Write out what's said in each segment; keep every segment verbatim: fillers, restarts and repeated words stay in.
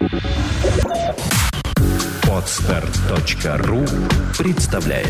Подстер точка ру представляет.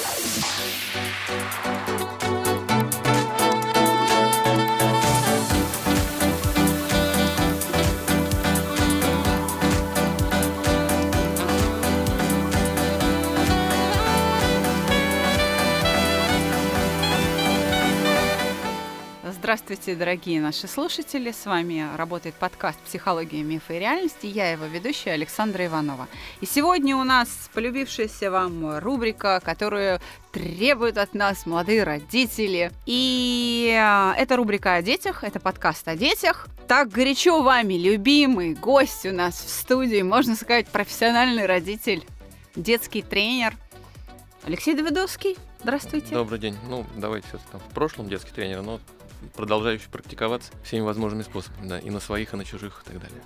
Здравствуйте, дорогие наши слушатели! С вами работает подкаст «Психология, мифы и реальности». Я его ведущая Александра Иванова. И сегодня у нас полюбившаяся вам рубрика, которую требуют от нас молодые родители. И это рубрика о детях, это подкаст о детях. Так горячо вами любимый гость у нас в студии, можно сказать, профессиональный родитель, детский тренер Алексей Давыдовский. Здравствуйте. Добрый день. Ну, давайте все-таки там в прошлом детский тренер, но продолжающий практиковаться всеми возможными способами, да, и на своих, и на чужих, и так далее.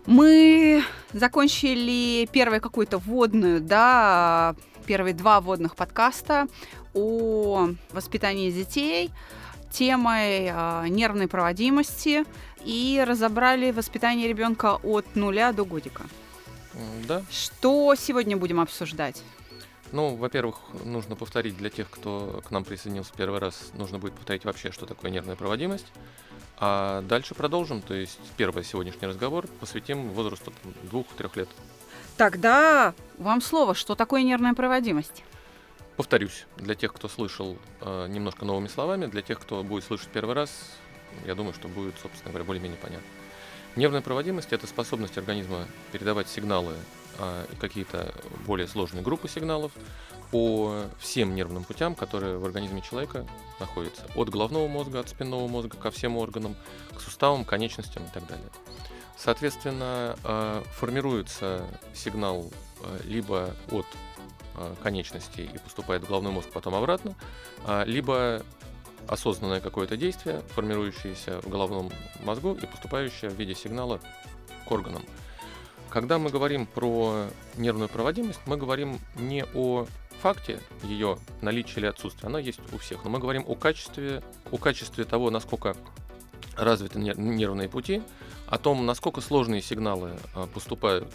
Мы закончили первую какую-то вводную, да, первые два вводных подкаста о воспитании детей, темой э, нервной проводимости, и разобрали воспитание ребенка от нуля до годика. Да. Что сегодня будем обсуждать? Ну, во-первых, нужно повторить для тех, кто к нам присоединился первый раз, нужно будет повторить вообще, что такое нервная проводимость. А дальше продолжим, то есть первый сегодняшний разговор посвятим возрасту двух-трех лет. Тогда вам слово, что такое нервная проводимость? Повторюсь, для тех, кто слышал э, немножко новыми словами, для тех, кто будет слышать первый раз, я думаю, что будет, собственно говоря, более-менее понятно. Нервная проводимость – это способность организма передавать сигналы и какие-то более сложные группы сигналов по всем нервным путям, которые в организме человека находятся. От головного мозга, от спинного мозга ко всем органам, к суставам, конечностям и так далее. Соответственно, формируется сигнал либо от конечностей и поступает в головной мозг, потом обратно, либо осознанное какое-то действие, формирующееся в головном мозгу и поступающее в виде сигнала к органам. Когда мы говорим про нервную проводимость, мы говорим не о факте ее наличия или отсутствия, она есть у всех, но мы говорим о качестве, о качестве того, насколько развиты нервные пути, о том, насколько сложные сигналы поступают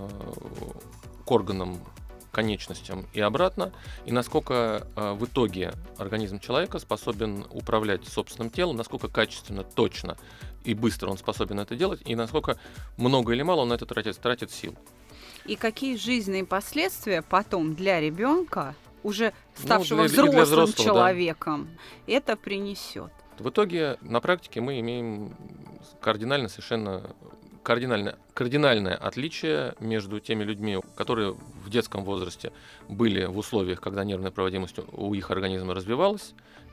к органам, конечностям и обратно, и насколько в итоге организм человека способен управлять собственным телом, насколько качественно, точно и быстро он способен это делать, и насколько много или мало он на это тратит, тратит сил. И какие жизненные последствия потом для ребенка, уже ставшего ну, для, взрослым взрослого, человеком, да, это принесет? В итоге на практике мы имеем кардинально совершенно кардинальное, кардинальное отличие между теми людьми, которые в детском возрасте были в условиях, когда нервная проводимость у их организма развивалась,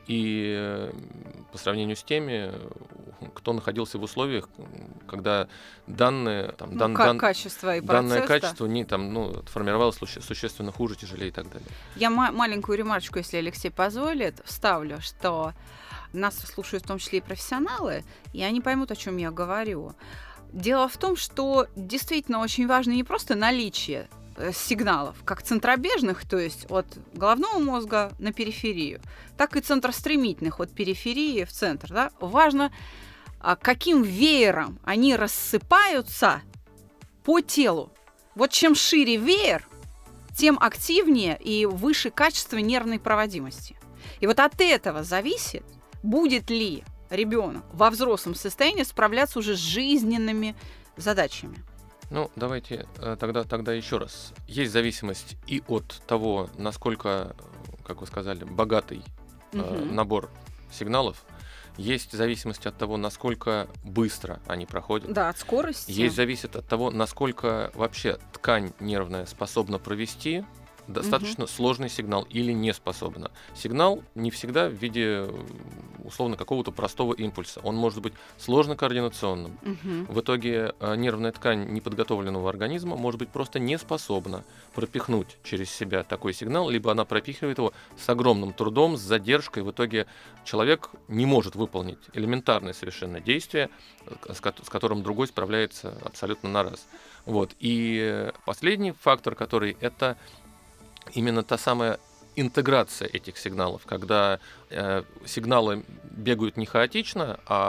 и по сравнению с теми, кто находился в условиях, когда данные, там, ну, дан, как дан, качество и данное процесс, качество не, там, ну, формировалось существенно хуже, тяжелее и так далее. Я ма- маленькую ремарочку, если Алексей позволит, вставлю, что нас слушают в том числе и профессионалы, и они поймут, о чем я говорю. Дело в том, что действительно очень важно не просто наличие сигналов, как центробежных, то есть от головного мозга на периферию, так и центростремительных от периферии в центр. Да? Важно, каким веером они рассыпаются по телу. Вот чем шире веер, тем активнее и выше качество нервной проводимости. И вот от этого зависит, будет ли ребенок во взрослом состоянии справляться уже с жизненными задачами. Ну, давайте тогда, тогда еще раз. Есть зависимость и от того, насколько, как вы сказали, богатый угу. э, набор сигналов. Есть зависимость от того, насколько быстро они проходят. Да, от скорости. Есть зависит от того, насколько вообще ткань нервная способна провести достаточно угу. сложный сигнал или не способна. Сигнал не всегда в виде условно какого-то простого импульса. Он может быть сложно-координационным. Угу. В итоге нервная ткань неподготовленного организма может быть просто не способна пропихнуть через себя такой сигнал, либо она пропихивает его с огромным трудом, с задержкой. В итоге человек не может выполнить элементарное совершенно действие, с которым другой справляется абсолютно на раз. Вот. И последний фактор, который это именно та самая интеграция этих сигналов, когда э, сигналы бегают не хаотично, а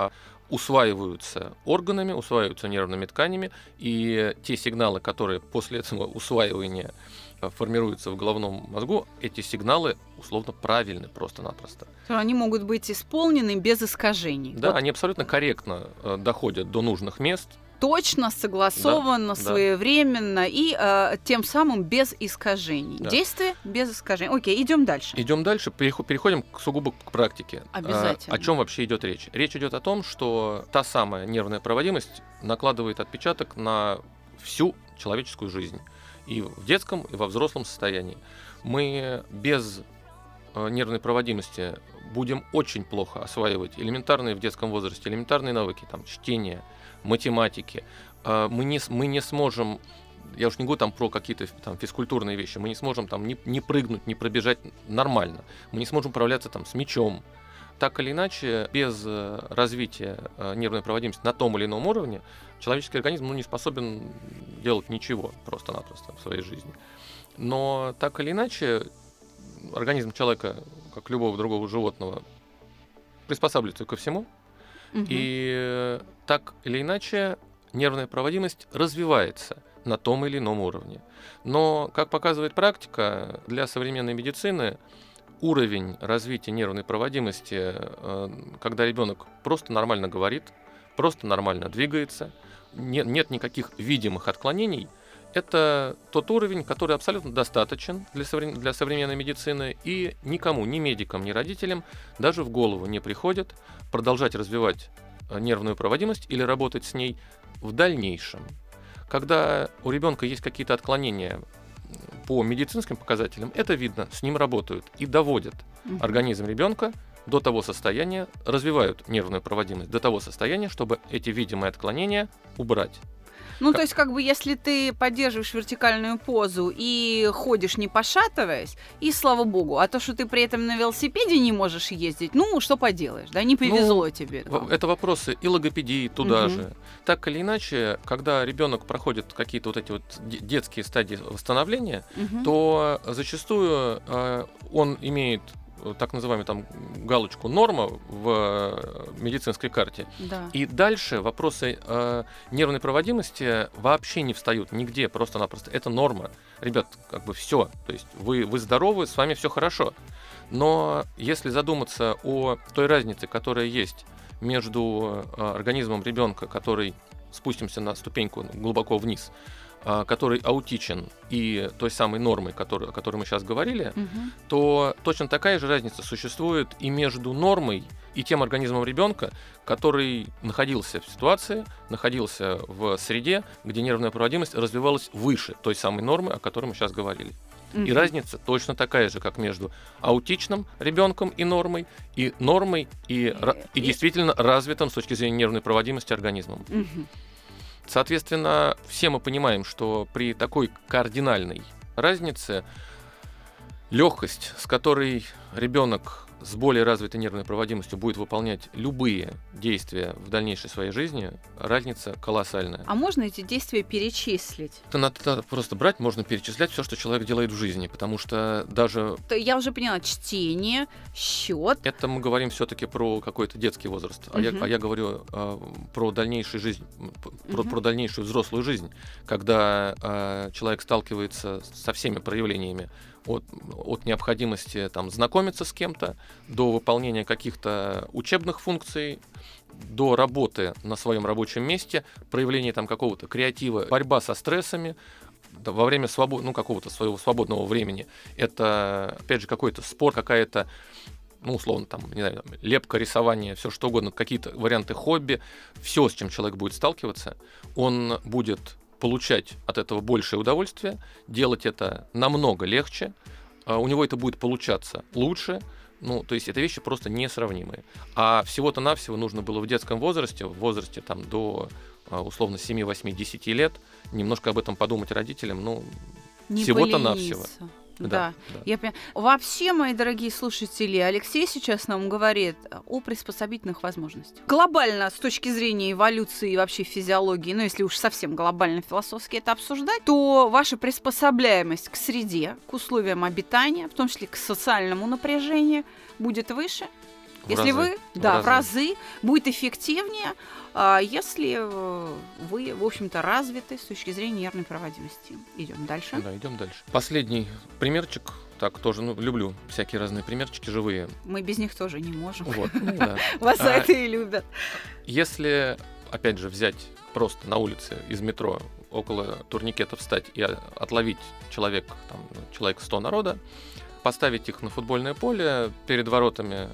усваиваются органами, усваиваются нервными тканями, и те сигналы, которые после этого усваивания формируются в головном мозгу, эти сигналы условно правильны просто-напросто. Они могут быть исполнены без искажений. Да, вот. Они абсолютно корректно э, доходят до нужных мест. Точно, согласованно, да, своевременно да. и э, тем самым без искажений. Да. Действие без искажений. Окей, идем дальше. Идем дальше, переходим к, сугубо к практике. Обязательно. А, о чем вообще идет речь? Речь идет о том, что та самая нервная проводимость накладывает отпечаток на всю человеческую жизнь. И в детском, и во взрослом состоянии. Мы без э, нервной проводимости будем очень плохо осваивать элементарные в детском возрасте, элементарные навыки, там, чтение, математики. Э, мы, не, мы не сможем, я уж не говорю там про какие-то там, физкультурные вещи, мы не сможем там не, не прыгнуть, не пробежать нормально. Мы не сможем управляться там с мячом. Так или иначе, без э, развития э, нервной проводимости на том или ином уровне, человеческий организм ну, не способен делать ничего просто-напросто в своей жизни. Но так или иначе, организм человека, как любого другого животного, приспосабливается ко всему. Угу. И так или иначе, нервная проводимость развивается на том или ином уровне. Но, как показывает практика, для современной медицины уровень развития нервной проводимости, когда ребенок просто нормально говорит, просто нормально двигается, нет, нет никаких видимых отклонений, это тот уровень, который абсолютно достаточен для, совре- для современной медицины, и никому, ни медикам, ни родителям даже в голову не приходит продолжать развивать нервную проводимость или работать с ней в дальнейшем. Когда у ребенка есть какие-то отклонения по медицинским показателям, это видно, с ним работают и доводят mm-hmm. организм ребенка до того состояния, развивают нервную проводимость до того состояния, чтобы эти видимые отклонения убрать. Ну, как... то есть, как бы, если ты поддерживаешь вертикальную позу и ходишь не пошатываясь, и слава богу, а то, что ты при этом на велосипеде не можешь ездить, ну, что поделаешь, да, не повезло ну, тебе. В- это вопросы и логопедии туда угу. же. Так или иначе, когда ребенок проходит какие-то вот эти вот детские стадии восстановления, угу. то зачастую э, он имеет так называемую там галочку норма в медицинской карте. Да. И дальше вопросы э, нервной проводимости вообще не встают нигде, просто-напросто. Это норма. Ребят, как бы все. То есть вы, вы здоровы, с вами все хорошо. Но если задуматься о той разнице, которая есть между э, организмом ребенка, который, спустимся на ступеньку глубоко вниз, который аутичен, и той самой нормой, который, о которой мы сейчас говорили, угу. то точно такая же разница существует и между нормой и тем организмом ребенка, который находился в ситуации, находился в среде, где нервная проводимость развивалась выше той самой нормы, о которой мы сейчас говорили. Угу. И разница точно такая же, как между аутичным ребенком и нормой, и нормой, и, и, и действительно развитым с точки зрения нервной проводимости организмом. Угу. Соответственно, все мы понимаем, что при такой кардинальной разнице легкость, с которой ребенок с более развитой нервной проводимостью будет выполнять любые действия в дальнейшей своей жизни, разница колоссальная. А можно эти действия перечислить? Это надо, надо просто брать, можно перечислять все, что человек делает в жизни, потому что даже... Я уже поняла, чтение, счет. Это мы говорим все-таки про какой-то детский возраст, uh-huh. а, я, а я говорю э, про дальнейшую жизнь, про, uh-huh. про дальнейшую взрослую жизнь, когда э, человек сталкивается со всеми проявлениями От, от необходимости там, знакомиться с кем-то, до выполнения каких-то учебных функций, до работы на своем рабочем месте, проявления там, какого-то креатива, борьба со стрессами, да, во время свобод... ну, какого-то своего свободного времени. Это, опять же, какой-то спорт, какая-то, ну, условно, там, не знаю, лепка, рисование, все что угодно, какие-то варианты хобби, все, с чем человек будет сталкиваться, он будет получать от этого большее удовольствие, делать это намного легче, у него это будет получаться лучше, ну, то есть это вещи просто несравнимые. А всего-то навсего нужно было в детском возрасте, в возрасте там до условно семь, восемь, десять лет немножко об этом подумать родителям, ну, не всего-то навсего. Да, да, да. Я понимаю. Вообще, мои дорогие слушатели, Алексей сейчас нам говорит о приспособительных возможностях. Глобально, с точки зрения эволюции и вообще физиологии, ну, если уж совсем глобально философски это обсуждать, то ваша приспособляемость к среде, к условиям обитания, в том числе к социальному напряжению, будет выше? В если разы. вы, В да, разы. в разы, будет эффективнее, а, если э, вы, в общем-то, развиты с точки зрения нервной проводимости. Идем дальше. Да, идем дальше. Последний примерчик. Так, тоже, ну, люблю всякие разные примерчики живые. Мы без них тоже не можем. Вот, ну да. Вас за А, это и любят. Если, опять же, взять просто на улице из метро около турникета встать и а, отловить человек, там, ну, человек сто народа, поставить их на футбольное поле перед воротами,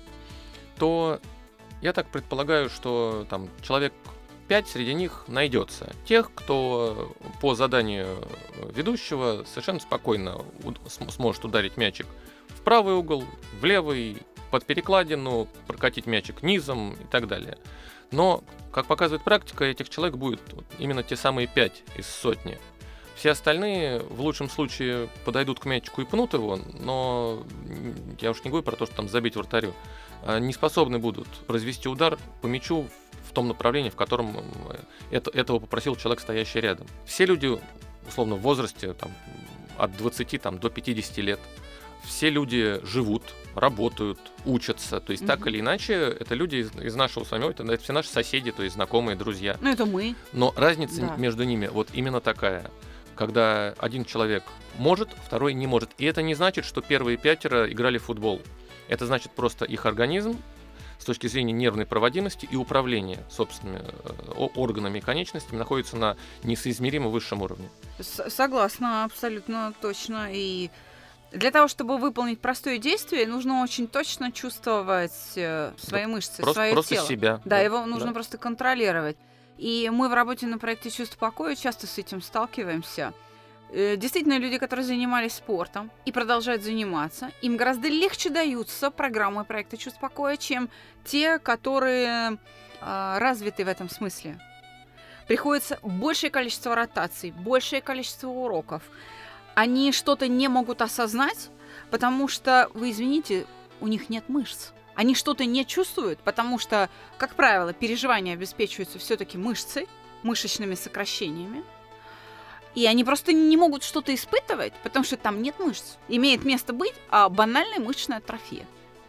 то я так предполагаю, что там человек пять среди них найдется. Тех, кто по заданию ведущего совершенно спокойно у- см- сможет ударить мячик в правый угол, в левый, под перекладину, прокатить мячик низом и так далее. Но, как показывает практика, этих человек будет вот именно те самые пять из сотни. Все остальные в лучшем случае подойдут к мячику и пнут его, но я уж не говорю про то, что там забить вратарю. А не способны будут произвести удар по мячу в том направлении, в котором это, этого попросил человек, стоящий рядом. Все люди, условно, в возрасте там, от двадцати там, до пятидесяти лет, все люди живут, работают, учатся. То есть, Мгм. так или иначе, это люди из, из нашего с вами, это, это все наши соседи, то есть знакомые, друзья. Ну, это мы. Но разница Да. между ними вот именно такая. Когда один человек может, второй не может. И это не значит, что первые пятеро играли в футбол. Это значит просто их организм с точки зрения нервной проводимости и управления собственными э, о- органами и конечностями находится на несоизмеримо высшем уровне. С- Согласна, абсолютно точно. И для того, чтобы выполнить простое действие, нужно очень точно чувствовать э, свои мышцы, Просто, свое просто тело. себя. Да, его нужно да. просто контролировать. И мы в работе на проекте «Чувство покоя» часто с этим сталкиваемся. Э, Действительно, люди, которые занимались спортом и продолжают заниматься, им гораздо легче даются программы проекта «Чувство покоя», чем те, которые э, развиты в этом смысле. Приходится большее количество ротаций, большее количество уроков. Они что-то не могут осознать, потому что, вы извините, у них нет мышц. Они что-то не чувствуют, потому что, как правило, переживания обеспечиваются все-таки мышцей, мышечными сокращениями. И они просто не могут что-то испытывать, потому что там нет мышц. Имеет место быть а, банальная мышечная атрофия.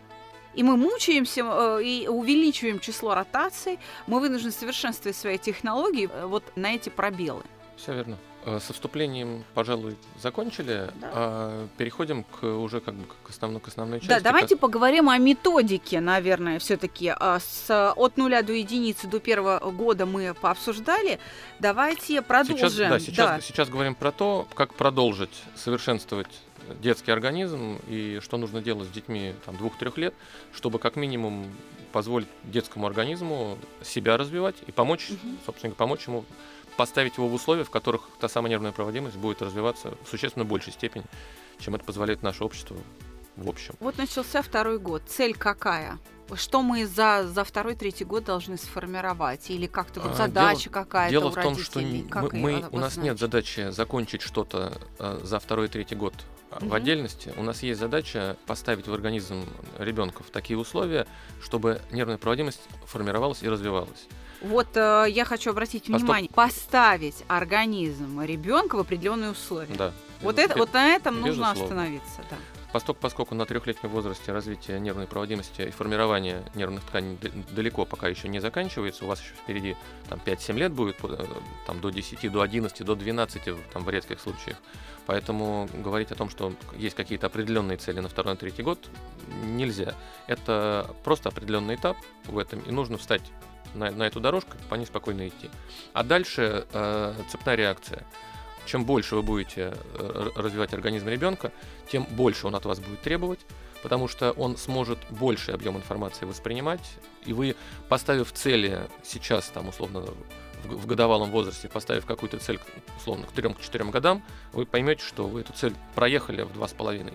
И мы мучаемся э, и увеличиваем число ротаций. Мы вынуждены совершенствовать свои технологии э, вот на эти пробелы. Все верно. Э, Со вступлением, пожалуй, закончили. Да. А переходим к уже как бы к основной, к основной части. Да, давайте поговорим о методике, наверное, все-таки. От нуля до единицы до первого года мы пообсуждали. Давайте продолжим. Сейчас, да, сейчас, сейчас говорим про то, как продолжить совершенствовать детский организм и что нужно делать с детьми там, двух-трёх лет, чтобы как минимум позволить детскому организму себя развивать и помочь, Мгм. собственно, помочь ему поставить его в условия, в которых та самая нервная проводимость будет развиваться в существенно большей степени, чем это позволяет наше общество в общем. Вот начался второй год. Цель какая? Что мы за, за второй-третий год должны сформировать? Или как-то вот А, задача какая-то Дело у в том, что родителей? н- Как мы, её мы- у нас нет обозначить? задачи закончить что-то э, за второй-третий год а, в Мгм. отдельности. У нас есть задача поставить в организм ребенка в такие условия, чтобы нервная проводимость формировалась и развивалась. Вот э, я хочу обратить А что- внимание, поставить организм ребенка в определенные условия. Да. Вот, Без- это, вот на этом нужно безусловно. остановиться. Да. Поскольку, поскольку на трехлетнем возрасте развитие нервной проводимости и формирование нервных тканей д- далеко пока еще не заканчивается, у вас еще впереди там, пять-семь лет будет, э, там, до десяти, до одиннадцати, до двенадцати там, в редких случаях. Поэтому говорить о том, что есть какие-то определенные цели на второй-третий год, нельзя. Это просто определенный этап в этом, и нужно встать на, на эту дорожку, по ней спокойно идти. А дальше э, цепная реакция. Чем больше вы будете э, развивать организм ребенка, тем больше он от вас будет требовать, потому что он сможет больший объем информации воспринимать, и вы, поставив цели сейчас, там, условно, в, в годовалом возрасте, поставив какую-то цель, условно, к трем-четырем годам, вы поймете, что вы эту цель проехали в два с половиной.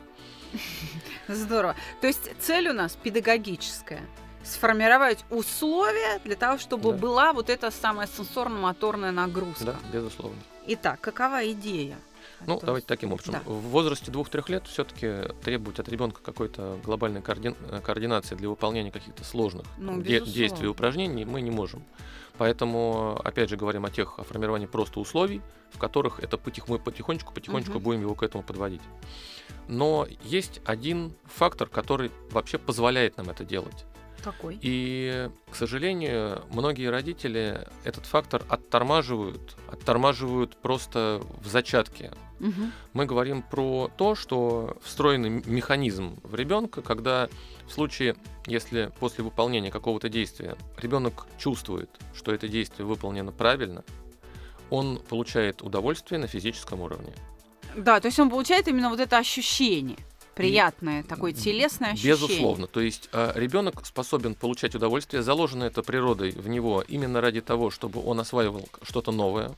Здорово. То есть цель у нас педагогическая. Сформировать условия для того, чтобы Да. была вот эта самая сенсорно-моторная нагрузка. Да, безусловно. Итак, какова идея? Ну, То давайте есть- таким образом. Да. В возрасте двух-трёх лет все-таки требовать от ребенка какой-то глобальной координ- координации для выполнения каких-то сложных Ну, де- безусловно. действий и упражнений мы не можем. Поэтому, опять же, говорим о тех, о формировании просто условий, в которых это потих- мы потихонечку, потихонечку Мгм. будем его к этому подводить. Но есть один фактор, который вообще позволяет нам это делать. Какой? И, к сожалению, многие родители этот фактор оттормаживают, оттормаживают просто в зачатке. Угу. Мы говорим про то, что встроенный механизм в ребенка, когда в случае, если после выполнения какого-то действия ребенок чувствует, что это действие выполнено правильно, он получает удовольствие на физическом уровне. Да, то есть он получает именно вот это ощущение. Приятное, И, такое телесное ощущение. Безусловно. То есть э, ребенок способен получать удовольствие, заложено это природой в него именно ради того, чтобы он осваивал что-то новое.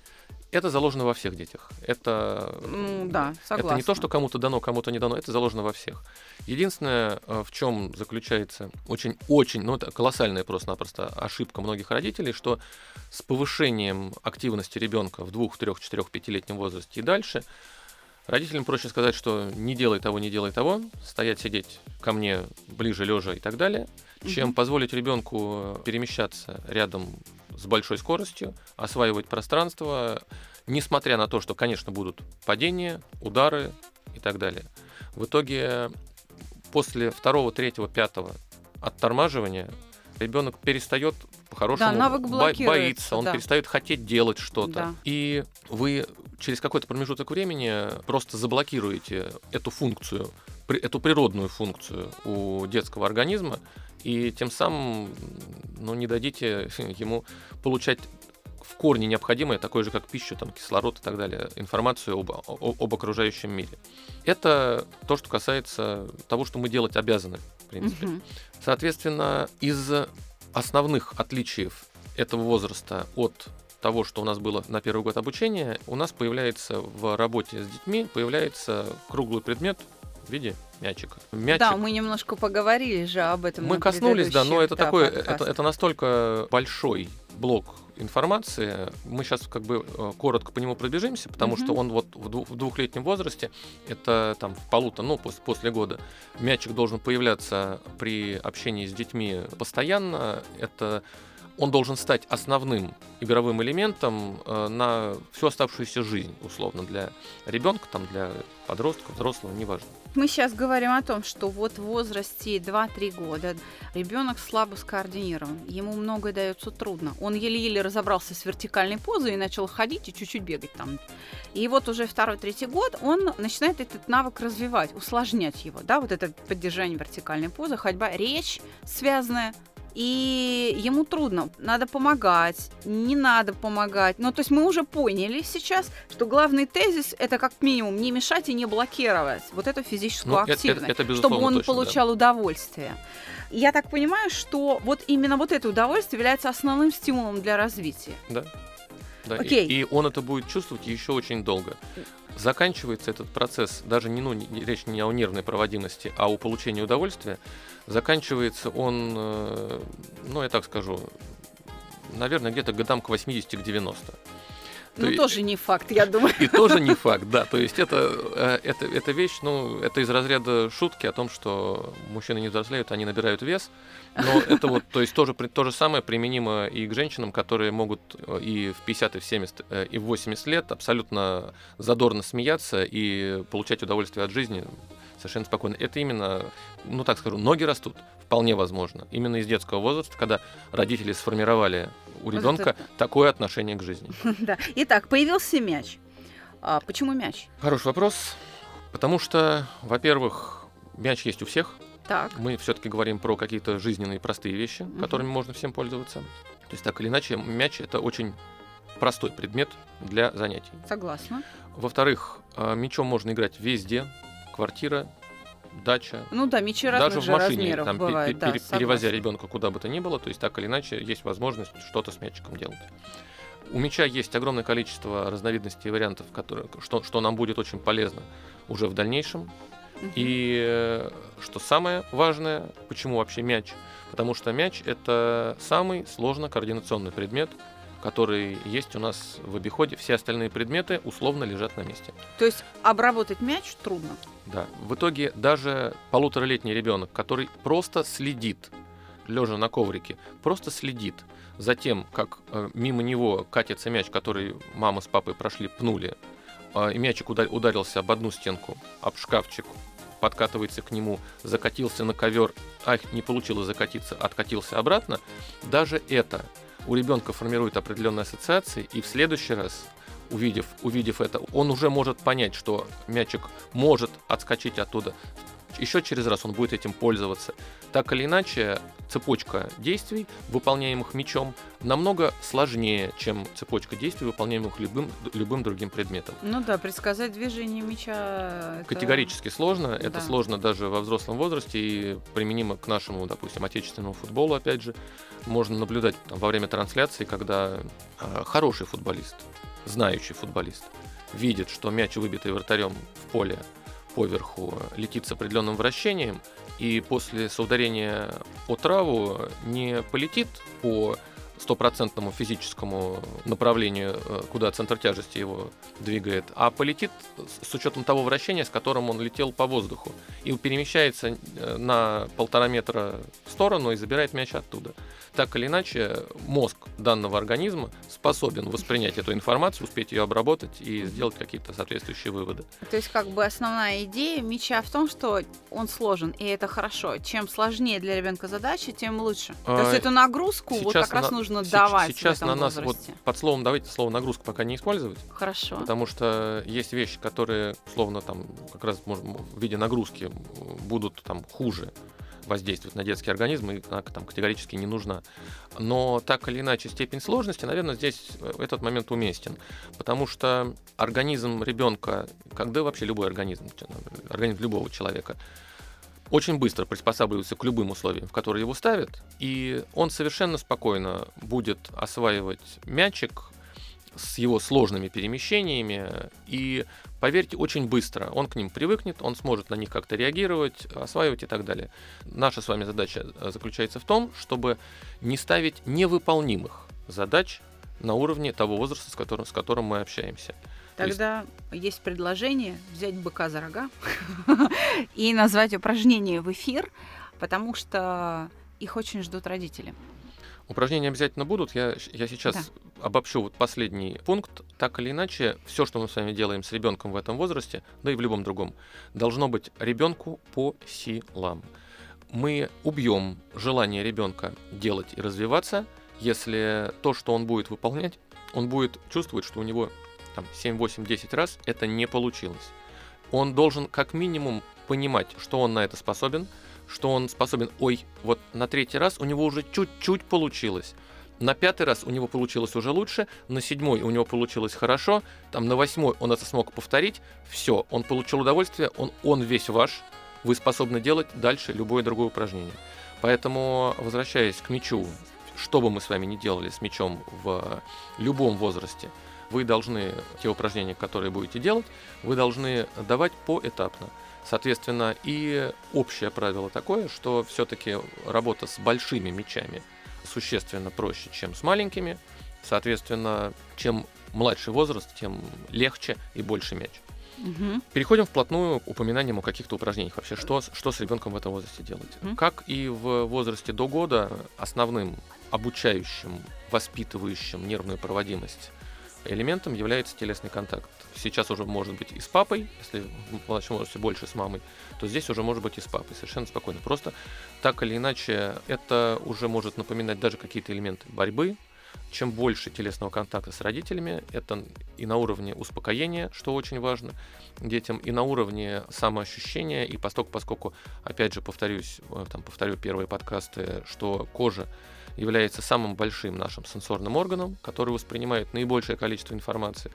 Это заложено во всех детях. Это, ну, да, согласна. Это не то, что кому-то дано, кому-то не дано, это заложено во всех. Единственное, в чем заключается очень-очень, ну это колоссальная просто-напросто ошибка многих родителей, что с повышением активности ребенка в двух, трех, четырех, пятилетнем возрасте и дальше родителям проще сказать, что не делай того, не делай того, стоять, сидеть ко мне ближе, лежа и так далее, угу. чем позволить ребенку перемещаться рядом с большой скоростью, осваивать пространство, несмотря на то, что, конечно, будут падения, удары и так далее. В итоге после второго, третьего, пятого оттормаживания ребенок перестает по-хорошему да, навык бо- боиться, он да. перестает хотеть делать что-то. Да. И вы через какой-то промежуток времени просто заблокируете эту функцию, эту природную функцию у детского организма, и тем самым ну, не дадите ему получать в корне необходимое, такое же, как пищу, там, кислород и так далее, информацию об, об, об окружающем мире. Это то, что касается того, что мы делать обязаны, в принципе. Mm-hmm. Соответственно, из основных отличий этого возраста от того, что у нас было на первый год обучения, у нас появляется в работе с детьми, появляется круглый предмет в виде мячика. Мячик. Да, мы немножко поговорили же об этом. Мы коснулись, да, но это да, такой, это, это настолько большой блок информации. Мы сейчас как бы коротко по нему пробежимся, потому mm-hmm. что он вот в двухлетнем возрасте, это там в полутора, ну, после, после года, мячик должен появляться при общении с детьми постоянно. Это он должен стать основным игровым элементом э, на всю оставшуюся жизнь, условно, для ребенка, там, для подростка, взрослого, неважно. Мы сейчас говорим о том, что вот в возрасте два-три года ребенок слабо скоординирован, ему многое дается трудно. Он еле-еле разобрался с вертикальной позой и начал ходить и чуть-чуть бегать там. И вот уже второй-третий год он начинает этот навык развивать, усложнять его, да, вот это поддержание вертикальной позы, ходьба, речь связанная. И ему трудно, надо помогать, не надо помогать. Ну, то есть мы уже поняли сейчас, что главный тезис – это как минимум не мешать и не блокировать вот эту физическую ну, активность, это, это, это чтобы он точно, получал да. удовольствие. Я так понимаю, что вот именно вот это удовольствие является основным стимулом для развития. Да. да. Окей. И, и он это будет чувствовать еще очень долго. Заканчивается этот процесс, даже не, ну, не, речь не о нервной проводимости, а о получении удовольствия, заканчивается он, э, ну, я так скажу, наверное, где-то годам к восьмидесяти, к девяноста. Ну, то тоже не факт, я думаю. И тоже не факт, да. То есть это, это, это вещь, ну, это из разряда шутки о том, что мужчины не взрослеют, они набирают вес. Но это вот, то есть тоже, то же самое применимо и к женщинам, которые могут и в пятьдесят, и в семьдесят, и в восемьдесят лет абсолютно задорно смеяться и получать удовольствие от жизни совершенно спокойно. Это именно, ну так скажу, ноги растут, вполне возможно, именно из детского возраста, когда родители сформировали у ребенка вот такое отношение к жизни. Да. Итак, появился мяч. А почему мяч? Хороший вопрос. Потому что, во-первых, мяч есть у всех. Так. Мы все-таки говорим про какие-то жизненные простые вещи, угу. которыми можно всем пользоваться. То есть так или иначе, мяч — это очень простой предмет для занятий. Согласна. Во-вторых, мячом можно играть везде. Квартира, дача. Ну да, мячи разных даже в машине, размеров там, бывают, пер- да, пер- перевозя ребенка куда бы то ни было, то есть так или иначе есть возможность что-то с мячиком делать. У мяча есть огромное количество разновидностей и вариантов, которые, что, что нам будет очень полезно уже в дальнейшем. Uh-huh. И что самое важное, почему вообще мяч? Потому что мяч — это самый сложно-координационный предмет, который есть у нас в обиходе. Все остальные предметы условно лежат на месте. То есть обработать мяч трудно? Да. В итоге даже полуторалетний ребенок, который просто следит, лежа на коврике, просто следит за тем, как э, мимо него катится мяч, который мама с папой прошли, пнули, э, и мячик удар- ударился об одну стенку, об шкафчик, подкатывается к нему, закатился на ковер, ах, не получилось закатиться, откатился обратно, даже это у ребенка формирует определенные ассоциации, и в следующий раз, увидев, увидев это, он уже может понять, что мячик может отскочить оттуда. Еще через раз он будет этим пользоваться. Так или иначе, цепочка действий, выполняемых мячом, намного сложнее, чем цепочка действий, выполняемых любым, любым другим предметом. Ну да, предсказать движение мяча... Категорически это... сложно. Да. Это сложно даже во взрослом возрасте и применимо к нашему, допустим, отечественному футболу, опять же. Можно наблюдать там, во время трансляции, когда э, хороший футболист, знающий футболист, видит, что мяч, выбитый вратарем в поле, поверху летит с определенным вращением, и после соударения о траву не полетит по стопроцентному физическому направлению, куда центр тяжести его двигает, а полетит с учетом того вращения, с которым он летел по воздуху, и перемещается на полтора метра в сторону и забирает мяч оттуда. Так или иначе, мозг данного организма способен воспринять эту информацию, успеть ее обработать и сделать какие-то соответствующие выводы. То есть, как бы основная идея мяча в том, что он сложен, и это хорошо. Чем сложнее для ребенка задача, тем лучше. А, То есть эту нагрузку вот как раз на, нужно с, давать сейчас в этом на нас возрасте. Вот под словом давайте слово нагрузка пока не использовать. Хорошо. Потому что есть вещи, которые, условно, там, как раз в виде нагрузки будут там хуже воздействовать на детский организм, и она там категорически не нужна. Но так или иначе степень сложности, наверное, здесь этот момент уместен. Потому что организм ребенка, когда вообще любой организм, организм любого человека, очень быстро приспосабливается к любым условиям, в которые его ставят, и он совершенно спокойно будет осваивать мячик с его сложными перемещениями, и, поверьте, очень быстро он к ним привыкнет, он сможет на них как-то реагировать, осваивать и так далее. Наша с вами задача заключается в том, чтобы не ставить невыполнимых задач на уровне того возраста, с которым, с которым мы общаемся. Тогда есть... есть предложение взять быка за рога и назвать упражнения в эфир, потому что их очень ждут родители. Упражнения обязательно будут. Я, я сейчас да. обобщу вот последний пункт. Так или иначе, все, что мы с вами делаем с ребенком в этом возрасте, да и в любом другом, должно быть ребенку по силам. Мы убьем желание ребенка делать и развиваться, если то, что он будет выполнять, он будет чувствовать, что у него там, семь, восемь, десять раз это не получилось. Он должен как минимум понимать, что он на это способен, что он способен, ой, вот на третий раз у него уже чуть-чуть получилось, на пятый раз у него получилось уже лучше, на седьмой у него получилось хорошо, там на восьмой он это смог повторить, все, он получил удовольствие, он, он весь ваш, вы способны делать дальше любое другое упражнение. Поэтому, возвращаясь к мячу, что бы мы с вами ни делали с мячом в любом возрасте, вы должны, те упражнения, которые будете делать, вы должны давать поэтапно. Соответственно, и общее правило такое, что все-таки работа с большими мячами существенно проще, чем с маленькими. Соответственно, чем младший возраст, тем легче и больше мяч. Угу. Переходим вплотную к упоминаниям о каких-то упражнениях. Вообще, что, что с ребенком в этом возрасте делать? Угу. Как и в возрасте до года, основным обучающим, воспитывающим нервную проводимость элементом является телесный контакт. Сейчас уже может быть и с папой, если в младшем возрасте больше с мамой, то здесь уже может быть и с папой, совершенно спокойно. Просто так или иначе это уже может напоминать даже какие-то элементы борьбы. Чем больше телесного контакта с родителями, это и на уровне успокоения, что очень важно детям, и на уровне самоощущения, и поскольку, поскольку опять же, повторюсь, там, повторю первые подкасты, что кожа является самым большим нашим сенсорным органом, который воспринимает наибольшее количество информации.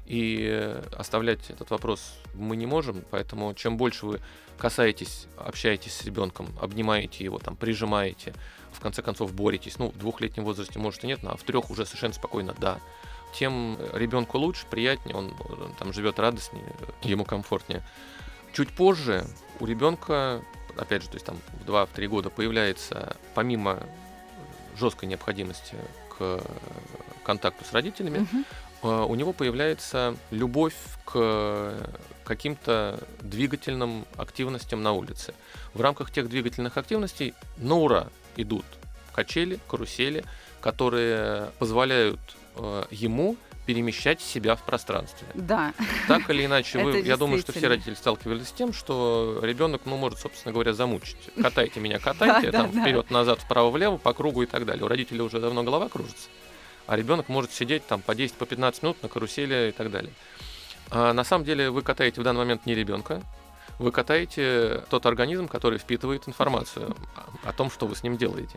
И оставлять этот вопрос мы не можем, поэтому чем больше вы касаетесь, общаетесь с ребенком, обнимаете его, там, прижимаете, в конце концов боретесь, ну, в двухлетнем возрасте, может, и нет, а в трех уже совершенно спокойно, да, тем ребенку лучше, приятнее, он там живет радостнее, ему комфортнее. Чуть позже у ребенка, опять же, то есть там в два-три года появляется, помимо жесткой необходимости к контакту с родителями, uh-huh. у него появляется любовь к каким-то двигательным активностям на улице. В рамках тех двигательных активностей на ура идут качели, карусели, которые позволяют ему перемещать себя в пространстве. Да. Так или иначе, вы, Это я думаю, что все действительно. родители сталкивались с тем, что ребенок, ну, может, собственно говоря, замучить. Катайте меня, катайте, Да, там да, да. вперед-назад, вправо-влево, по кругу и так далее. У родителей уже давно голова кружится, а ребенок может сидеть там по десять, по пятнадцать минут на карусели и так далее. А на самом деле вы катаете в данный момент не ребенка, вы катаете тот организм, который впитывает информацию о том, что вы с ним делаете.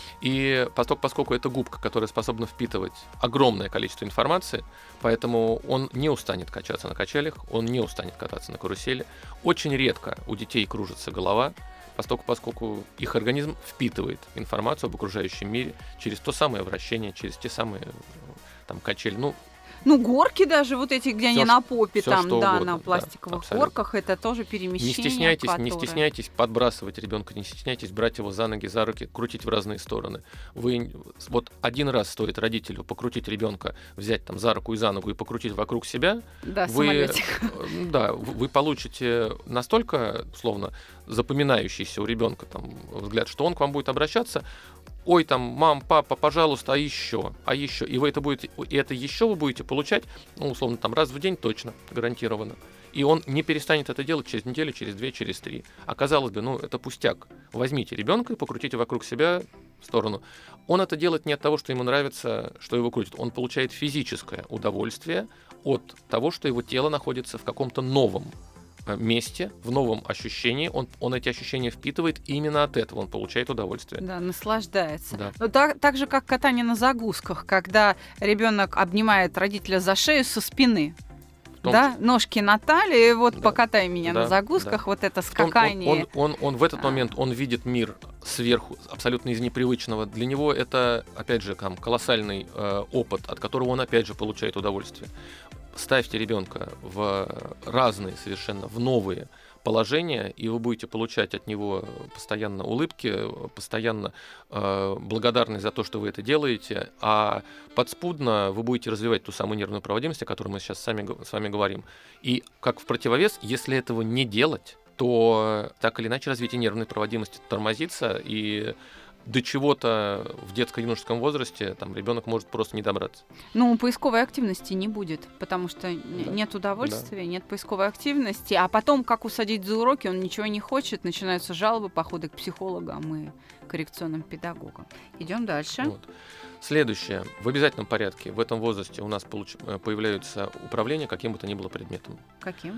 И поскольку, поскольку это губка, которая способна впитывать огромное количество информации, поэтому он не устанет качаться на качелях, он не устанет кататься на карусели. Очень редко у детей кружится голова, поскольку, поскольку их организм впитывает информацию об окружающем мире через то самое вращение, через те самые там, качели. Ну, Ну, горки даже, вот эти, где Всё, они на попе, всё, там, что да, угодно, на да, пластиковых абсолютно. горках, это тоже перемещение. Не стесняйтесь, не которое- стесняйтесь подбрасывать ребенка, не стесняйтесь брать его за ноги, за руки, крутить в разные стороны. Вы вот один раз стоит родителю покрутить ребенка, взять там за руку и за ногу и покрутить вокруг себя. Да, Вы, самолетик. э, да, вы вы получите настолько, условно, запоминающийся у ребенка там взгляд, что он к вам будет обращаться. Ой, там, мам, папа, пожалуйста, а еще, а еще. И вы это будете, и это еще вы будете получать, ну, условно, там, раз в день точно, гарантированно. И он не перестанет это делать через неделю, через две, через три. А казалось бы, ну, это пустяк. Возьмите ребенка и покрутите вокруг себя в сторону. Он это делает не от того, что ему нравится, что его крутит. Он получает физическое удовольствие от того, что его тело находится в каком-то новом месте, в новом ощущении. Он, он эти ощущения впитывает, и именно от этого он получает удовольствие. Да, наслаждается. Да. Ну, так, так же, как катание на загузках, когда ребенок обнимает родителя за шею со спины. В том Да, ножки на талии, вот Да. покатай меня Да, на загузках, вот это В том- он, скакание. он, он, он в этот А. момент, он видит мир сверху, абсолютно из непривычного. Для него это, опять же, там, колоссальный э, опыт, от которого он, опять же, получает удовольствие. Ставьте ребенка в разные совершенно, в новые положения, и вы будете получать от него постоянно улыбки, постоянно э, благодарность за то, что вы это делаете, а подспудно вы будете развивать ту самую нервную проводимость, о которой мы сейчас сами, г- с вами говорим. И как в противовес, если этого не делать, то так или иначе развитие нервной проводимости тормозится, и до чего-то в детско-юношеском возрасте там ребенок может просто не добраться. Ну, поисковой активности не будет, потому что н- Да. нет удовольствия, нет поисковой активности, а потом, как усадить за уроки, он ничего не хочет, начинаются жалобы, походы к психологам и коррекционным педагогам. Идем дальше. Вот. Следующее. В обязательном порядке в этом возрасте у нас получ- э, появляются управления каким бы то ни было предметом. Каким?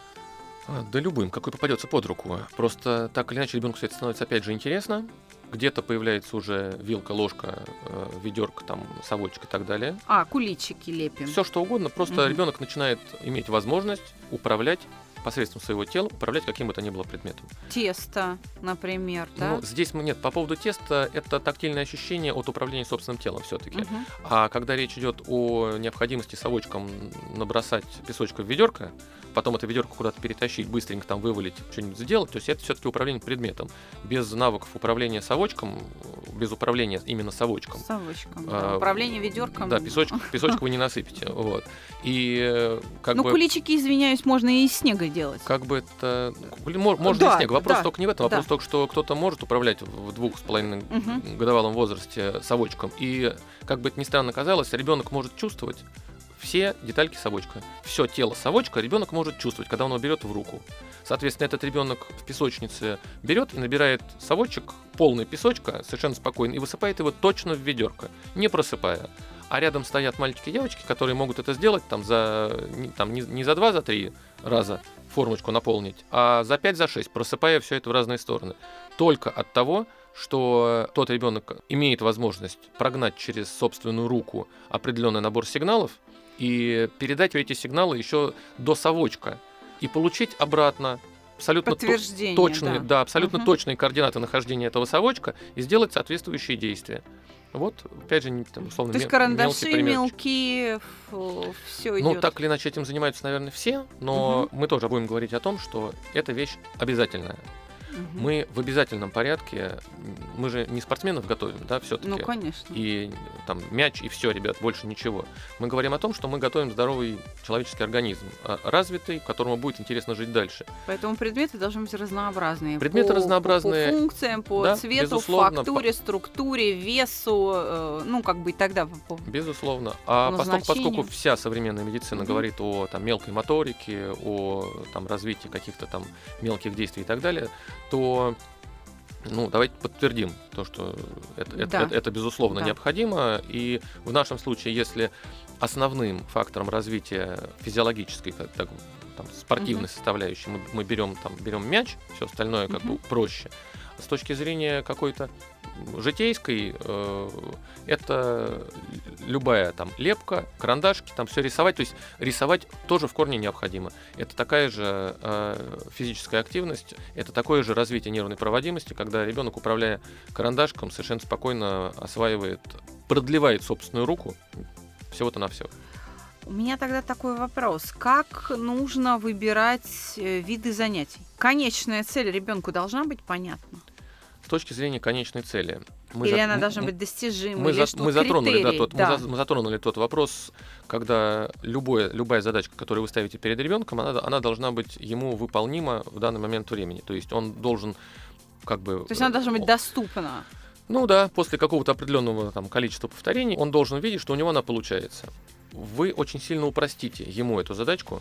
А, Да любым, какой попадется под руку. Просто так или иначе ребенку это становится опять же интересно. Где-то появляется уже вилка, ложка, э, ведерко, там, совочек и так далее. А, куличики лепим. Все что угодно, просто Мгм. ребенок начинает иметь возможность управлять посредством своего тела, управлять каким бы то ни было предметом. Тесто, например, да? Ну, здесь мы нет, по поводу теста, это тактильное ощущение от управления собственным телом все-таки. Мгм. А когда речь идет о необходимости совочком набросать песочка в ведерко, потом это ведерко куда-то перетащить, быстренько там вывалить, что-нибудь сделать, то есть это все-таки управление предметом. Без навыков управления совочком, без управления именно совочком, Совочком. А, да. Управление ведерком. да, песочек, песочка вы не насыпите. Вот. И э, как Ну, бы... куличики, извиняюсь, можно и из снега делать. Как бы это... ну, мо- Можно Да, и снег. Вопрос да, только не в этом. да. Вопрос только, что кто-то может управлять в двух с половиной Мгм. годовалом возрасте совочком. И, как бы это ни странно казалось, ребенок может чувствовать все детальки совочка. Все тело совочка ребенок может чувствовать, когда он его берет в руку. Соответственно, этот ребенок в песочнице берет и набирает совочек, полный песочка, совершенно спокойно, и высыпает его точно в ведерко, не просыпая. А рядом стоят мальчики и девочки, которые могут это сделать там, за, не, там, не, не за два, за три раза формочку наполнить, а за пять, за шесть, просыпая все это в разные стороны. Только от того, что тот ребенок имеет возможность прогнать через собственную руку определенный набор сигналов и передать эти сигналы еще до совочка и получить обратно абсолютно то- Подтверждение, точные, да. да, абсолютно Мгм. точные координаты нахождения этого совочка и сделать соответствующие действия. Вот, опять же, не- там, условно, То есть ме- карандаши, мелкий примерчик. мелкие, все идет. Ну, так или иначе, этим занимаются, наверное, все, но мы тоже будем говорить о том, что эта вещь обязательная. Мгм. Мы в обязательном порядке, мы же не спортсменов готовим, да, все-таки. Ну, конечно. И там мяч, и все, ребят, больше ничего. Мы говорим о том, что мы готовим здоровый человеческий организм, а, развитый, которому будет интересно жить дальше. Поэтому предметы должны быть разнообразные. Предметы по, разнообразные. По функциям, по Да, цвету, безусловно, фактуре, структуре, весу, э, ну, как бы и тогда. по- Безусловно. А поскольку, назначению. поскольку вся современная медицина Мгм. говорит о там, мелкой моторике, о там, развитии каких-то там мелких действий и так далее, то ну, давайте подтвердим то, что это, это, Да. это, это, безусловно Да. необходимо. И в нашем случае, если основным фактором развития физиологической, как, так, там, спортивной Мгм. составляющей мы, мы берем, там, берем мяч, все остальное как Мгм. бы проще. С точки зрения какой-то житейской, э, это любая там лепка, карандашки, там все рисовать. То есть рисовать тоже в корне необходимо. Это такая же э, физическая активность, это такое же развитие нервной проводимости, когда ребенок, управляя карандашком, совершенно спокойно осваивает, продлевает собственную руку всего-то на все. У меня тогда такой вопрос. Как нужно выбирать э, виды занятий? Конечная цель ребенку должна быть понятна? С точки зрения конечной цели. Мы Или за- она м- должна м- быть достижимой? Мы, или за- что мы затронули, да, критерии? тот, Да. Мы, за- мы затронули тот вопрос, когда любое, любая задачка, которую вы ставите перед ребенком, она, она должна быть ему выполнима в данный момент времени. То есть он должен как бы... То есть она должна быть доступна. Ну да, после какого-то определенного там, количества повторений он должен видеть, что у него она получается. Вы очень сильно упростите ему эту задачку,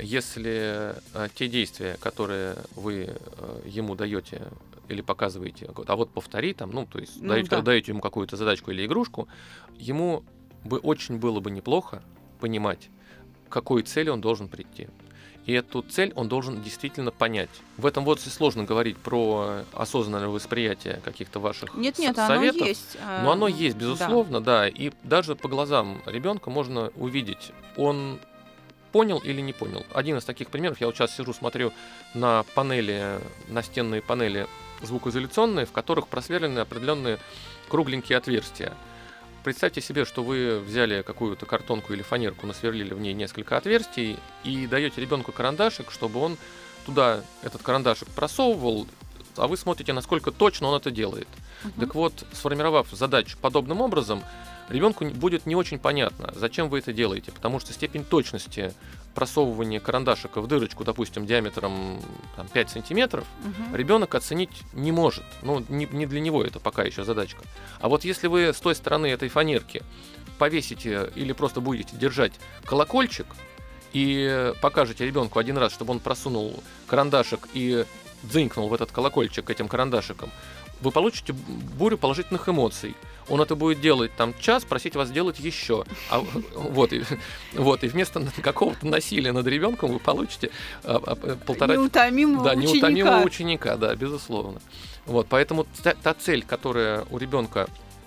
если э, те действия, которые вы э, ему даете или показываете, а вот повтори там, ну, то есть Ну даете, да. когда даете ему какую-то задачку или игрушку, ему бы очень было бы неплохо понимать, к какой цели он должен прийти. И эту цель он должен действительно понять. В этом возрасте сложно говорить про осознанное восприятие каких-то ваших Нет-нет, с- оно советов. есть. э, Но оно есть, да. безусловно, да. И даже по глазам ребенка можно увидеть, он понял или не понял. Один из таких примеров, я вот сейчас сижу, смотрю на панели, настенные панели звукоизоляционные, в которых просверлены определенные кругленькие отверстия. Представьте себе, что вы взяли какую-то картонку или фанерку, насверлили в ней несколько отверстий и даете ребенку карандашик, чтобы он туда этот карандашик просовывал, а вы смотрите, насколько точно он это делает. Мгм. Так вот, сформировав задачу подобным образом, ребенку будет не очень понятно, зачем вы это делаете, потому что степень точности просовывания карандашика в дырочку, допустим, диаметром там, пять сантиметров, Мгм. ребенок оценить не может. Ну, не, не для него это пока еще задачка. А вот если вы с той стороны этой фанерки повесите или просто будете держать колокольчик и покажете ребенку один раз, чтобы он просунул карандашик и дзынькнул в этот колокольчик этим карандашиком, вы получите бурю положительных эмоций. Он это будет делать там час, просить вас делать еще. А, вот, и, вот, и вместо какого-то насилия над ребенком вы получите а, а, полтора... Неутомимого Да, ученика. неутомимого ученика, да, безусловно. Вот, поэтому та, та цель, которая у ребенка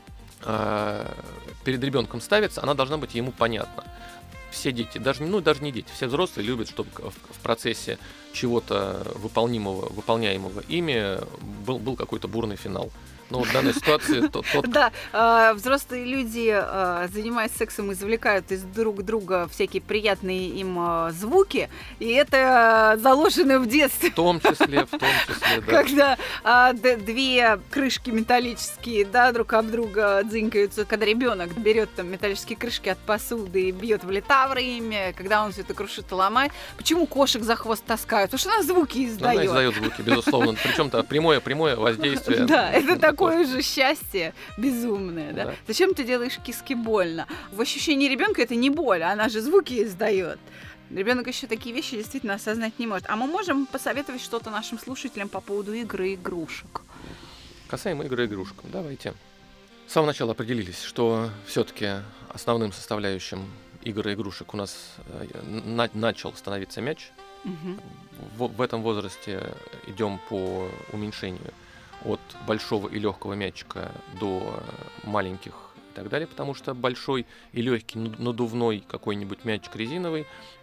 э, перед ребенком ставится, она должна быть ему понятна. Все дети, даже, ну, даже не дети, все взрослые любят, чтобы в, в процессе чего-то выполнимого, выполняемого ими был, был какой-то бурный финал. Но вот в данной ситуации тот, тот Да, э, взрослые люди, э, занимаясь сексом, извлекают из друг друга всякие приятные им э, звуки, и это э, заложено в детстве. в том числе, в том числе, да. Когда а, д- две крышки металлические, да, друг об друга дзынькаются, когда ребенок берет там металлические крышки от посуды и бьет в литавры ими, когда он все это крушит и ломает. Почему кошек за хвост таскают? Потому что она звуки Она издает. издает звуки, безусловно. Причем-то прямое, прямое воздействие. Да, это на такое кошку. же счастье безумное, да? Да. Зачем ты делаешь киски больно? В ощущении ребенка это не боль, она же звуки издает. Ребенок еще такие вещи действительно осознать не может. А мы можем посоветовать что-то нашим слушателям по поводу игры игрушек. Касаемо игры игрушкам, давайте. С самого начала определились, что все-таки основным составляющим игр и игрушек у нас э, на- начал становиться мяч. Мгм. В, в этом возрасте идем по уменьшению от большого и легкого мячика до маленьких и так далее, потому что большой и легкий надувной какой-нибудь мячик резиновый,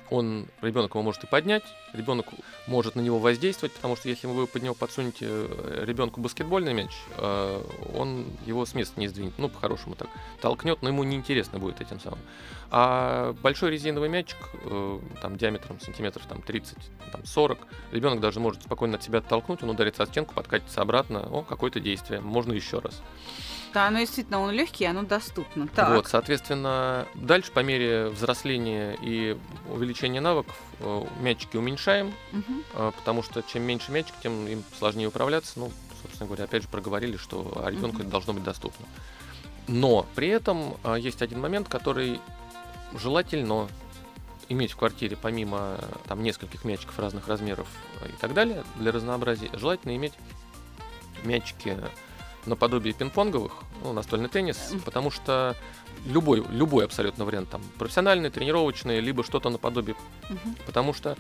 он, ребенок его может и поднять, ребенок может на него воздействовать, потому что если вы под него подсунете ребенку баскетбольный мяч, он его с места не сдвинет, ну, по-хорошему так, толкнет, но ему неинтересно будет этим самым. А большой резиновый мячик, там, диаметром сантиметров там, тридцать-сорок, ребенок даже может спокойно от себя оттолкнуть, он ударится о стенку, подкатится обратно, о, какое-то действие, можно еще раз. Да, оно действительно, он легкий, оно доступно. Так. Вот, соответственно, дальше по мере взросления и увеличения навыков мячики уменьшаем, угу. потому что чем меньше мячик, тем им сложнее управляться. Ну, собственно говоря, опять же проговорили, что ребенку угу. это должно быть доступно. Но при этом есть один момент, который желательно иметь в квартире, помимо там нескольких мячиков разных размеров и так далее, для разнообразия, желательно иметь мячики наподобие пинг-понговых, ну, настольный теннис, потому что любой, любой абсолютно вариант, там, профессиональный, тренировочный, либо что-то наподобие, uh-huh. потому что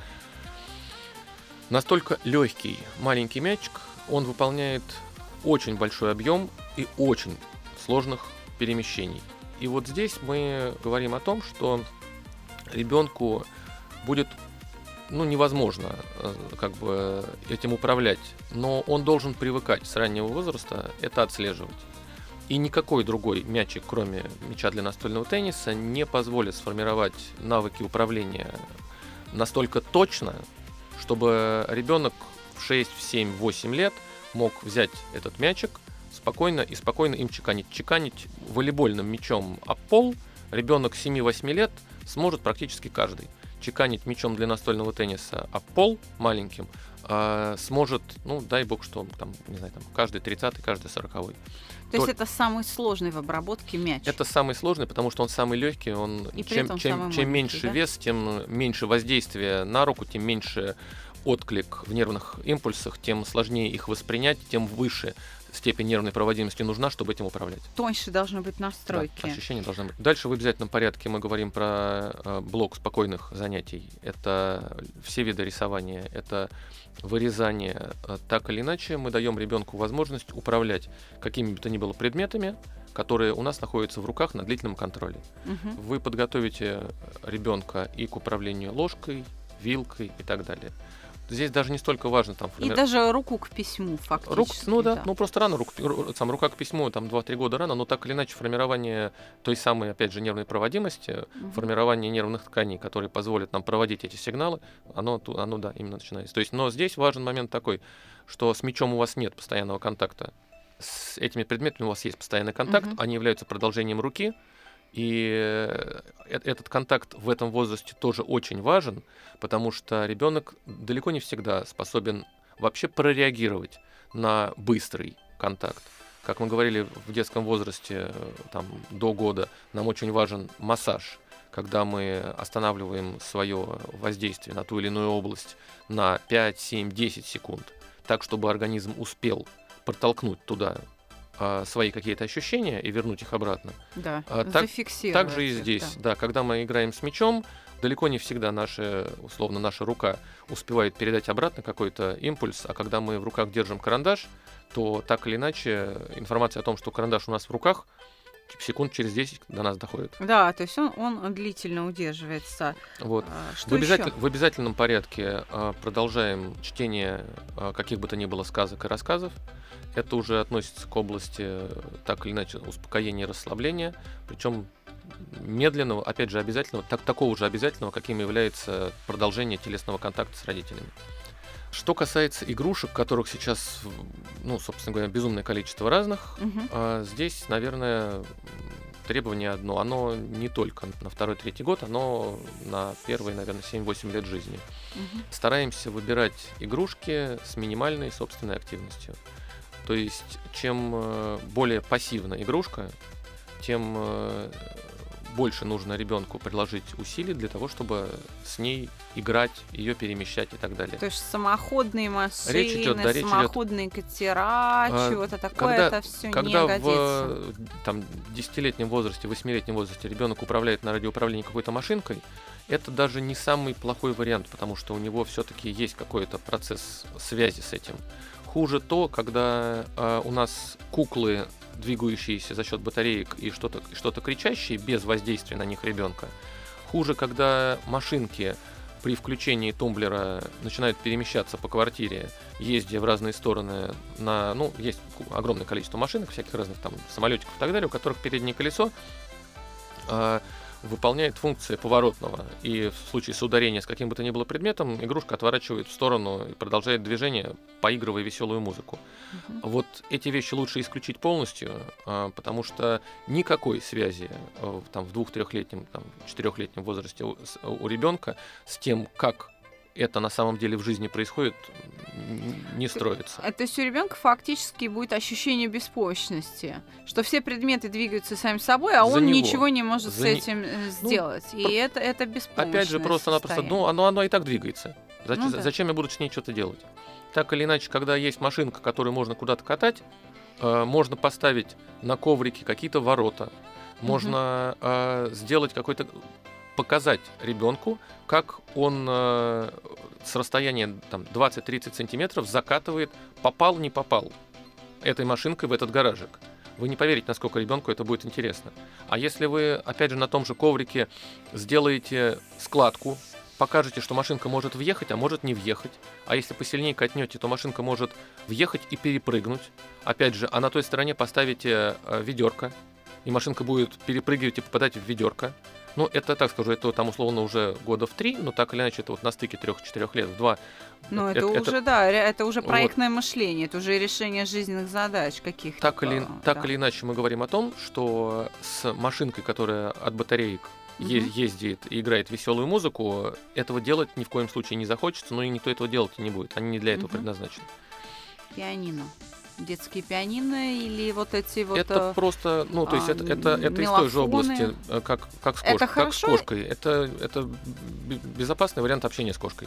настолько легкий маленький мячик, он выполняет очень большой объем и очень сложных перемещений. И вот здесь мы говорим о том, что ребенку будет ну, невозможно как бы этим управлять, но он должен привыкать с раннего возраста это отслеживать. И никакой другой мячик, кроме мяча для настольного тенниса, не позволит сформировать навыки управления настолько точно, чтобы ребенок в шесть, семь, восемь лет мог взять этот мячик спокойно и спокойно им чеканить. Чеканить волейбольным мячом об пол ребенок семи-восьми лет сможет практически каждый. Чеканить мячом для настольного тенниса об пол маленьким э, сможет, ну, дай бог, что там, не знаю, там, каждый тридцатый, каждый сороковой. То, То есть это самый сложный в обработке мяч? Это самый сложный, потому что он самый легкий, он, и чем, чем, чем меньше да? вес, тем меньше воздействия на руку, тем меньше отклик в нервных импульсах, тем сложнее их воспринять, тем выше степень нервной проводимости нужна, чтобы этим управлять. Тоньше должны быть настройки. Да, ощущения должны быть. Дальше в обязательном порядке мы говорим про э, блок спокойных занятий. Это все виды рисования, это вырезание. Так или иначе мы даем ребенку возможность управлять какими бы то ни было предметами, которые у нас находятся в руках на длительном контроле. Угу. Вы подготовите ребенка и к управлению ложкой, вилкой и так далее. Здесь даже не столько важно там форми... И даже руку к письму фактически. Рук, ну да, да, ну просто рано, рук, сам, рука к письму, там два-три года рано, но так или иначе формирование той самой, опять же, нервной проводимости, угу. формирование нервных тканей, которые позволят нам проводить эти сигналы, оно, оно да, именно начинается. То есть, но здесь важен момент такой, что с мячом у вас нет постоянного контакта, с этими предметами у вас есть постоянный контакт, угу. они являются продолжением руки, и этот контакт в этом возрасте тоже очень важен, потому что ребенок далеко не всегда способен вообще прореагировать на быстрый контакт. Как мы говорили, в детском возрасте там, до года нам очень важен массаж, когда мы останавливаем свое воздействие на ту или иную область на пять, семь, десять секунд, так, чтобы организм успел протолкнуть туда свои какие-то ощущения и вернуть их обратно. Да, а, так, зафиксировать. Так же и здесь. Да. да, когда мы играем с мячом, далеко не всегда наша, условно, наша рука успевает передать обратно какой-то импульс, а когда мы в руках держим карандаш, то так или иначе информация о том, что карандаш у нас в руках, секунд через десять до нас доходит. Да, то есть он, он длительно удерживается. Вот. А, что в, обязатель, в обязательном порядке а, продолжаем чтение а, каких бы то ни было сказок и рассказов. Это уже относится к области, так или иначе, успокоения и расслабления, причем медленного, опять же, обязательного, так, такого же обязательного, каким является продолжение телесного контакта с родителями. Что касается игрушек, которых сейчас, ну, собственно говоря, безумное количество разных, угу. а здесь, наверное, требование одно. Оно не только на второй-третий год, оно на первые, наверное, семь-восемь лет жизни. Угу. Стараемся выбирать игрушки с минимальной собственной активностью. То есть, чем более пассивна игрушка, тем больше нужно ребенку приложить усилий для того, чтобы с ней играть, ее перемещать и так далее. То есть самоходные машины, речь идет, да, речь самоходные идет... катера, а, чего-то такое, когда, это все когда не годится. Когда в там, десятилетнем возрасте, восьмилетнем возрасте ребенок управляет на радиоуправлении какой-то машинкой, это даже не самый плохой вариант, потому что у него все-таки есть какой-то процесс связи с этим. Хуже то, когда э, у нас куклы, двигающиеся за счет батареек и что-то, что-то кричащие без воздействия на них ребенка. Хуже, когда машинки при включении тумблера начинают перемещаться по квартире, ездя в разные стороны на, ну, есть огромное количество машинок, всяких разных там самолетиков и так далее, у которых переднее колесо э, выполняет функции поворотного. И в случае соударения с каким бы то ни было предметом, игрушка отворачивает в сторону и продолжает движение, поигрывая веселую музыку. Uh-huh. Вот эти вещи лучше исключить полностью, э, потому что никакой связи э, там, в двух-трехлетнем, там, четырехлетнем возрасте у, у ребенка с тем, как это на самом деле в жизни происходит, не строится. То есть у ребенка фактически будет ощущение беспомощности, что все предметы двигаются сами собой, а За он него. ничего не может За с не... этим сделать. Ну, и про... это, это беспомощность. Опять же, просто-напросто, ну, оно, оно и так двигается. Зачем, ну, да. зачем я буду с ней что-то делать? Так или иначе, когда есть машинка, которую можно куда-то катать, э, можно поставить на коврике какие-то ворота, можно э, сделать какой-то... показать ребенку, как он э, с расстояния там, двадцать-тридцать сантиметров закатывает, попал, не попал этой машинкой в этот гаражик. Вы не поверите, насколько ребенку это будет интересно. А если вы, опять же, на том же коврике сделаете складку, покажете, что машинка может въехать, а может не въехать. А если посильнее катнете, то машинка может въехать и перепрыгнуть. Опять же, а на той стороне поставите э, ведерко, и машинка будет перепрыгивать и попадать в ведерко. Ну, это, так скажу, это там условно уже года в три, но так или иначе это вот на стыке трех-четырех лет, в два. Ну, это, это уже, это, да, это уже проектное вот. мышление, это уже решение жизненных задач каких-то. Так, или, да. так или иначе мы говорим о том, что с машинкой, которая от батареек угу. е- ездит и играет веселую музыку, этого делать ни в коем случае не захочется, но и никто этого делать не будет, они не для этого угу. предназначены. Пианино. Детские пианино или вот эти вот... Это просто, ну, то есть а, это, это, это из той же области, как, как, с, кош... как с кошкой. Это, это безопасный вариант общения с кошкой.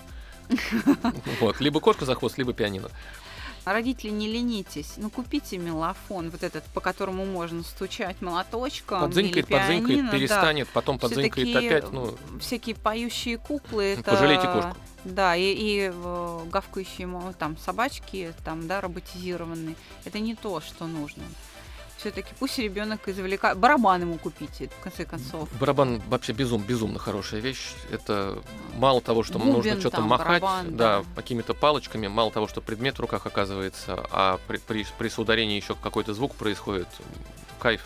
Вот. Либо кошка за хвост, либо пианино. Родители, не ленитесь, ну купите мелофон, вот этот, по которому можно стучать молоточком. Подзынькает, или пианино, подзынькает, перестанет, да. потом подзынькает опять. Ну... Всякие поющие куклы. Это... Пожалейте кошку. Да, и, и гавкающие там собачки, там, да, роботизированные. Это не то, что нужно. Все-таки пусть ребенок извлекает. Барабан ему купите, в конце концов. Барабан вообще безум, безумно хорошая вещь. Это мало того, что Бубен, нужно что-то там, махать, барабан, да, да. какими-то палочками, мало того, что предмет в руках оказывается, а при, при, при соударении еще какой-то звук происходит. Кайф.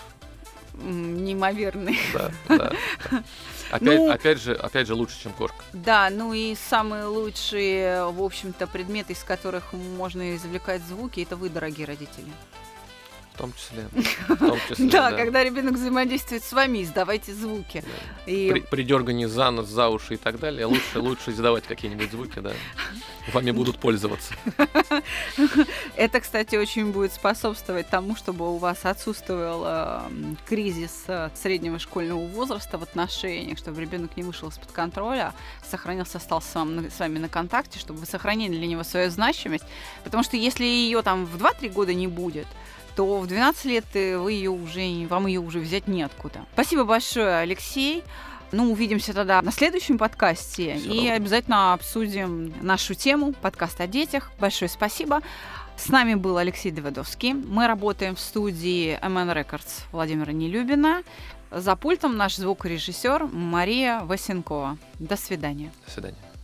Неимоверный. Да, да. Опять, ну, опять, же, опять же, лучше, чем кошка. Да, ну и самые лучшие, в общем-то, предметы, из которых можно извлекать звуки, это вы, дорогие родители. В том числе. В том числе да, да, когда ребенок взаимодействует с вами, издавайте звуки. Да. И... При, при дергании за нос, за уши и так далее, лучше, лучше издавать какие-нибудь звуки, да. Вами будут пользоваться. Это, кстати, очень будет способствовать тому, чтобы у вас отсутствовал э, кризис э, среднего школьного возраста в отношениях, чтобы ребенок не вышел из-под контроля, сохранился, остался с вами, с вами на контакте, чтобы вы сохранили для него свою значимость. Потому что если ее там в два-три года не будет, то в двенадцать лет вы ее уже, вам ее уже взять неоткуда. Спасибо большое, Алексей. Ну, увидимся тогда на следующем подкасте. Все и равно. Обязательно обсудим нашу тему, подкаст о детях. Большое спасибо. С нами был Алексей Давыдовский. Мы работаем в студии эм эн Records Владимира Нелюбина. За пультом наш звукорежиссер Мария Васенкова. До свидания. До свидания.